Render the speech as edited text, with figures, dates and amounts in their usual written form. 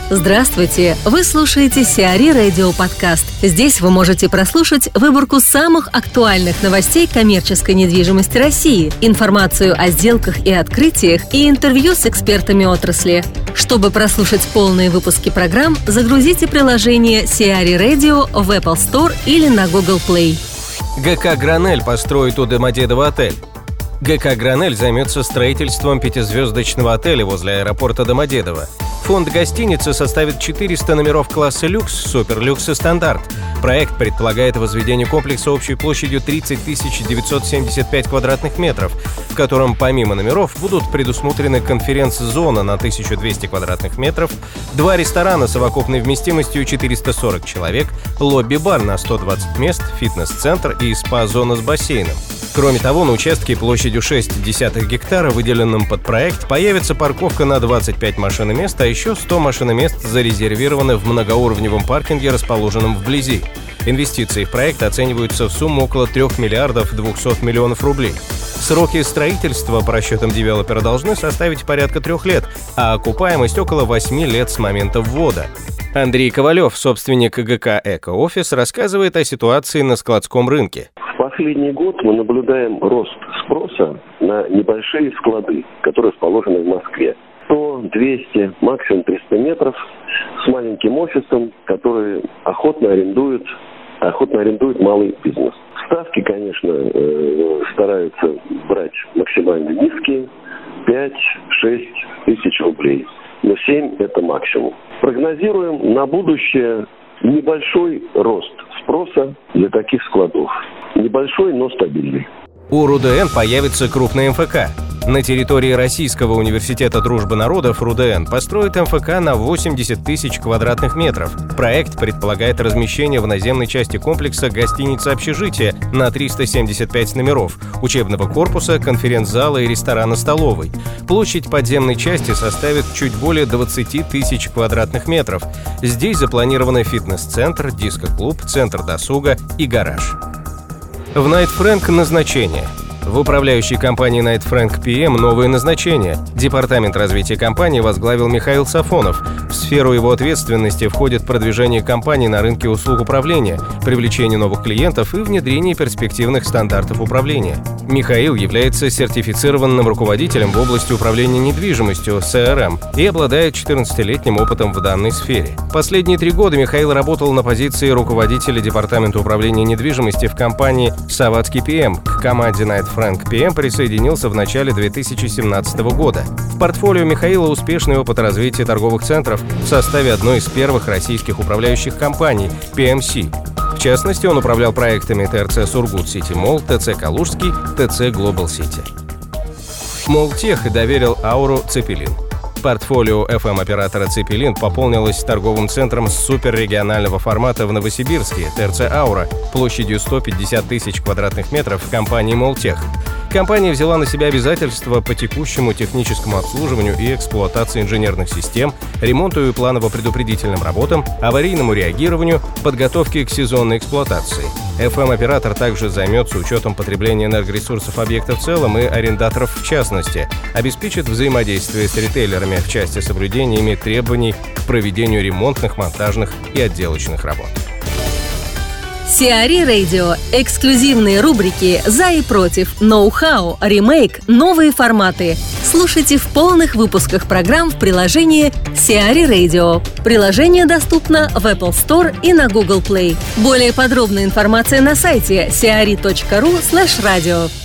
Здравствуйте! Вы слушаете Сиари Радио Подкаст. Здесь вы можете прослушать выборку самых актуальных новостей коммерческой недвижимости России, информацию о сделках и открытиях и интервью с экспертами отрасли. Чтобы прослушать полные выпуски программ, загрузите приложение Сиари Radio в Apple Store или на Google Play. ГК «Гранель» построит у Домодедово отель. ГК «Гранель» займется строительством 5-звездочного отеля возле аэропорта Домодедово. Фонд гостиницы составит 400 номеров класса люкс, суперлюкс и стандарт. Проект предполагает возведение комплекса общей площадью 30 975 квадратных метров, в котором помимо номеров будут предусмотрены конференц-зона на 1200 квадратных метров, 2 ресторана с совокупной вместимостью 440 человек, лобби-бар на 120 мест, фитнес-центр и спа-зона с бассейном. Кроме того, на участке площадью 0,6 гектара, выделенном под проект, появится парковка на 25 машиномест, а еще 100 машиномест зарезервированы в многоуровневом паркинге, расположенном вблизи. Инвестиции в проект оцениваются в сумму около 3 миллиардов 200 миллионов рублей. Сроки строительства по расчетам девелопера должны составить порядка 3 лет, а окупаемость около 8 лет с момента ввода. Андрей Ковалев, собственник ГК «Эко-офис», рассказывает о ситуации на складском рынке. В последний год мы наблюдаем рост спроса на небольшие склады, которые расположены в Москве. 100, 200, максимум 300 метров с маленьким офисом, который охотно арендует малый бизнес. Ставки, конечно, стараются брать максимально низкие, 5-6 тысяч рублей. Но 7 – это максимум. Прогнозируем на будущее небольшой рост спроса для таких складов. Небольшой, но стабильный. У РУДН появится крупный МФК. На территории Российского университета дружбы народов РУДН построит МФК на 80 тысяч квадратных метров. Проект предполагает размещение в наземной части комплекса гостиницы-общежития на 375 номеров, учебного корпуса, конференц-зала и ресторана-столовой. Площадь подземной части составит чуть более 20 тысяч квадратных метров. Здесь запланированы фитнес-центр, диско-клуб, центр досуга и гараж. В Knight Frank назначение. В управляющей компании Knight Frank PM новые назначения. Департамент развития компании возглавил Михаил Сафонов. В сферу его ответственности входит продвижение компании на рынке услуг управления, привлечение новых клиентов и внедрение перспективных стандартов управления. Михаил является сертифицированным руководителем в области управления недвижимостью (CRM) и обладает 14-летним опытом в данной сфере. Последние 3 года Михаил работал на позиции руководителя департамента управления недвижимости в компании Саватский PM. К команде Knight Frank PM присоединился в начале 2017 года. В портфолио Михаила успешный опыт развития торговых центров в составе одной из первых российских управляющих компаний PMC. В частности, он управлял проектами ТРЦ Сургут Сити Молл, ТЦ Калужский, ТЦ Глобал Сити. Молтех доверил ауру Цепелин. Портфолио FM-оператора «Цепелин» пополнилось торговым центром суперрегионального формата в Новосибирске, ТРЦ «Аура», площадью 150 тысяч квадратных метров в компании «Молтех». Компания взяла на себя обязательства по текущему техническому обслуживанию и эксплуатации инженерных систем, ремонту и планово-предупредительным работам, аварийному реагированию, подготовке к сезонной эксплуатации. FM-оператор также займется учетом потребления энергоресурсов объекта в целом и арендаторов в частности, обеспечит взаимодействие с ритейлерами в части соблюдения ими требований к проведению ремонтных, монтажных и отделочных работ. Сиари Radio. Эксклюзивные рубрики «За и против», «Ноу-хау», «Ремейк», «Новые форматы». Слушайте в полных выпусках программ в приложении Сиари Radio. Приложение доступно в Apple Store и на Google Play. Более подробная информация на сайте siari.ru/radio.